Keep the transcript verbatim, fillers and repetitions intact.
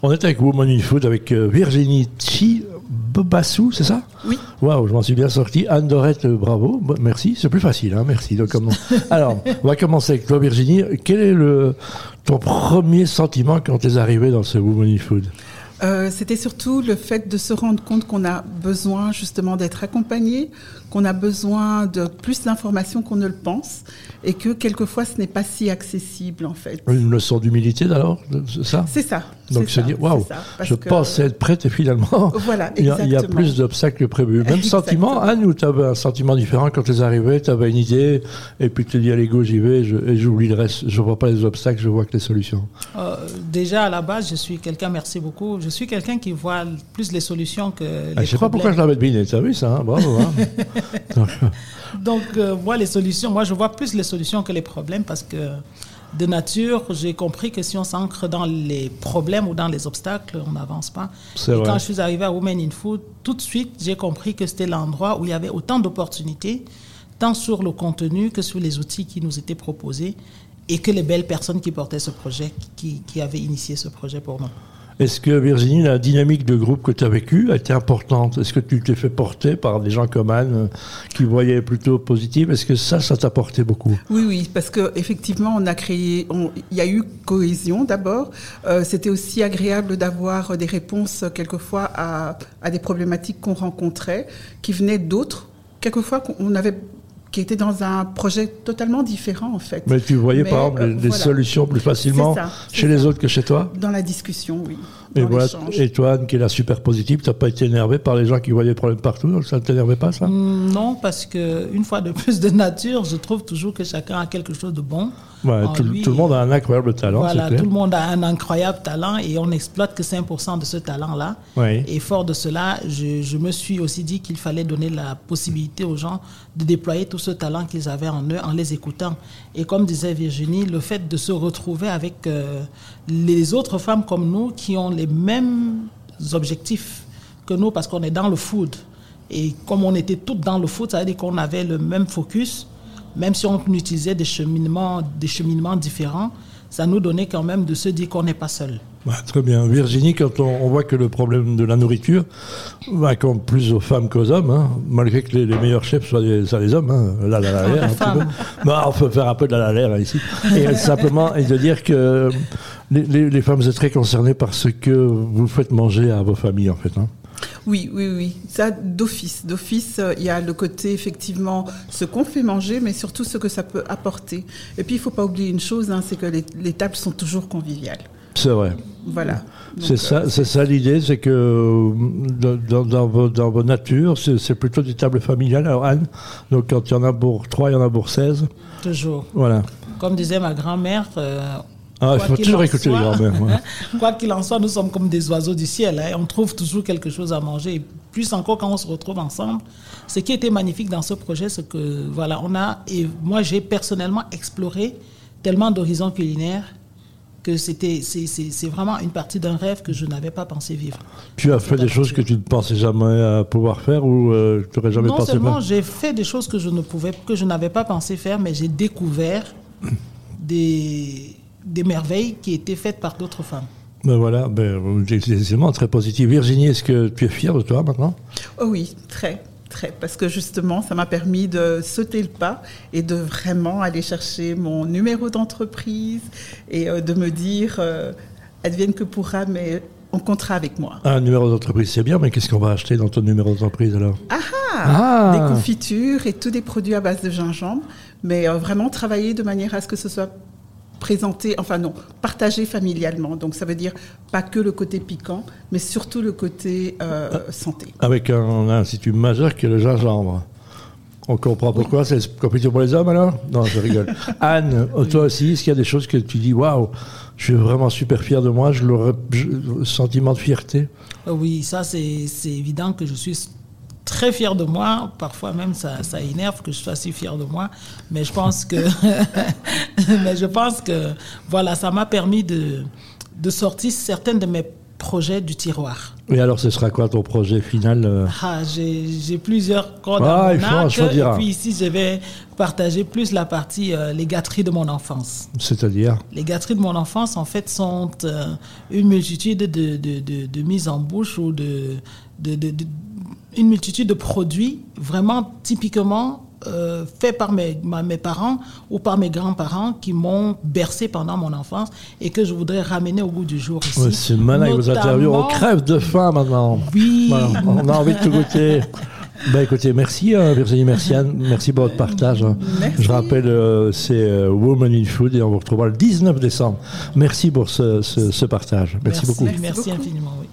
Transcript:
On est avec Women in Food, avec Virginie Chi Bobassou, c'est ça? Oui. Waouh, je m'en suis bien sorti. Anne Dorette, bravo. Merci, c'est plus facile, hein, merci. Donc, comment... Alors, on va commencer avec toi, Virginie. Quel est le... ton premier sentiment quand tu es arrivée dans ce Women in Food? Euh, c'était surtout le fait de se rendre compte qu'on a besoin justement d'être accompagné, qu'on a besoin de plus d'informations qu'on ne le pense et que quelquefois ce n'est pas si accessible en fait. Une leçon d'humilité alors, c'est ça? C'est ça. Donc se dire, waouh, je que... pensais être prête et finalement, voilà, il, y a, il y a plus d'obstacles que prévu. Même exactement. Sentiment, Anne, où tu avais un sentiment différent quand tu es arrivé, tu avais une idée et puis tu te dis, allez go, j'y vais je, et j'oublie le reste. Je ne vois pas les obstacles, je vois que les solutions. Euh, déjà à la base, je suis quelqu'un, merci beaucoup, je suis quelqu'un qui voit plus les solutions que les ah, problèmes. Je ne sais pas pourquoi je l'avais deviné, tu as vu ça, hein, bravo. Hein. Donc, Donc euh, moi, les solutions, moi je vois plus les solutions que les problèmes parce que de nature, j'ai compris que si on s'ancre dans les problèmes ou dans les obstacles, on n'avance pas. C'est et vrai. Quand je suis arrivée à Women in Food, tout de suite, j'ai compris que c'était l'endroit où il y avait autant d'opportunités, tant sur le contenu que sur les outils qui nous étaient proposés et que les belles personnes qui portaient ce projet, qui, qui avaient initié ce projet pour nous. Est-ce que, Virginie, la dynamique de groupe que tu as vécue a été importante? Est-ce que tu t'es fait porter par des gens comme Anne euh, qui voyaient plutôt positif? Est-ce que ça, ça t'a porté beaucoup? Oui, oui, parce qu'effectivement, on a créé, on, il y a eu cohésion d'abord. Euh, c'était aussi agréable d'avoir des réponses quelquefois à, à des problématiques qu'on rencontrait, qui venaient d'autres. Quelquefois, qu'on avait... qui était dans un projet totalement différent, en fait. Mais tu voyais, Mais, par exemple, euh, des voilà. solutions plus facilement ça, chez les ça. autres que chez toi? Dans la discussion, oui. Et, Dans voilà. l'échange. Et toi, Anne, qui est la super positive, tu n'as pas été énervée par les gens qui voyaient des problèmes partout? Donc ça ne t'énervait pas, ça? Non, parce qu'une fois de plus de nature, je trouve toujours que chacun a quelque chose de bon. Ouais, tout, lui, tout le monde a un incroyable talent, voilà, c'est clair. tout le monde a un incroyable talent et on n'exploite que cinq pour cent de ce talent-là. Oui. Et fort de cela, je, je me suis aussi dit qu'il fallait donner la possibilité aux gens de déployer tout ce talent qu'ils avaient en eux en les écoutant. Et comme disait Virginie, le fait de se retrouver avec euh, les autres femmes comme nous qui ont les mêmes objectifs que nous parce qu'on est dans le food. Et comme on était toutes dans le food, ça veut dire qu'on avait le même focus. Même si on utilisait des cheminements, des cheminements différents, ça nous donnait quand même de se dire qu'on n'est pas seul. Ouais, très bien. Virginie, quand on, on voit que le problème de la nourriture incombe plus aux femmes qu'aux hommes, hein, malgré que les, les meilleurs chefs soient des, soient des hommes, hein, là, là, là, là, un petit peu. Bah, on peut faire un peu de la l'air ici. Et simplement, et de dire que les, les, les femmes sont très concernées par ce que vous faites manger à vos familles, en fait. Hein. Oui, oui, oui. Ça, d'office. D'office, euh, il y a le côté, effectivement, ce qu'on fait manger, mais surtout ce que ça peut apporter. Et puis, il ne faut pas oublier une chose, hein, c'est que les, les tables sont toujours conviviales. C'est vrai. Voilà. Donc, c'est, ça, euh, c'est ça l'idée, c'est que dans, dans, vos, dans vos natures, c'est, c'est plutôt des tables familiales. Alors Anne, donc quand il y en a pour trois, il y en a pour seize. Toujours. Voilà. Comme disait ma grand-mère... Euh, Ah, il faut toujours écouter les grands-mères. Ouais. Quoi qu'il en soit, nous sommes comme des oiseaux du ciel. Hein. On trouve toujours quelque chose à manger. Et plus encore quand on se retrouve ensemble. Ce qui était magnifique dans ce projet, c'est que, voilà, on a... Et moi, j'ai personnellement exploré tellement d'horizons culinaires que c'était, c'est, c'est, c'est vraiment une partie d'un rêve que je n'avais pas pensé vivre. Tu as fait des choses que tu ne pensais jamais à pouvoir faire ou euh, tu n'aurais jamais non pensé faire? Non seulement j'ai fait des choses que je ne pouvais, que je n'avais pas pensé faire, mais j'ai découvert des... des merveilles qui étaient faites par d'autres femmes. Ben voilà, ben, c'est vraiment très positif. Virginie, est-ce que tu es fière de toi maintenant? Oh oui, très, très. Parce que justement, ça m'a permis de sauter le pas et de vraiment aller chercher mon numéro d'entreprise et euh, de me dire, euh, advienne que pourra, mais on comptera avec moi. Un numéro d'entreprise, c'est bien, mais qu'est-ce qu'on va acheter dans ton numéro d'entreprise alors? Ah, Ah. Des confitures et tous des produits à base de gingembre, mais euh, vraiment travailler de manière à ce que ce soit présenté, enfin non, partagé familialement. Donc ça veut dire pas que le côté piquant, mais surtout le côté euh, santé. Avec un, un institut majeur qui est le gingembre. On comprend pourquoi, oui. C'est compliqué pour les hommes alors? Non, je rigole. Anne, oui. Toi aussi, est-ce qu'il y a des choses que tu dis, waouh, je suis vraiment super fier de moi, je l'aurais, je, sentiment de fierté? Oui, ça c'est, c'est évident que je suis très fier de moi. Parfois même, ça, ça énerve que je sois si fier de moi. Mais je pense que, mais je pense que, voilà, ça m'a permis de, de sortir certaines de mes projet du tiroir. Et alors, ce sera quoi ton projet final euh... ah, j'ai, j'ai plusieurs cordes ah, à il mon faut en arc. choisir un. Et puis ici, je vais partager plus la partie euh, les gâteries de mon enfance. C'est-à-dire? Les gâteries de mon enfance, en fait, sont euh, une multitude de, de, de, de mises en bouche ou de, de, de, de une multitude de produits vraiment typiquement euh, faits par mes, ma, mes parents ou par mes grands-parents qui m'ont bercé pendant mon enfance et que je voudrais ramener au goût du jour ici. Ouais, c'est malin avec vos interviews. On crève de faim maintenant. Oui. Voilà, on a envie de tout goûter. Ben écoutez, merci euh, Virginie Merciane, merci pour votre partage. Merci. Je rappelle, euh, c'est euh, Women in Food et on vous retrouvera le dix-neuf décembre. Merci pour ce, ce, ce partage. Merci, merci beaucoup. Merci, merci beaucoup. Infiniment. Oui.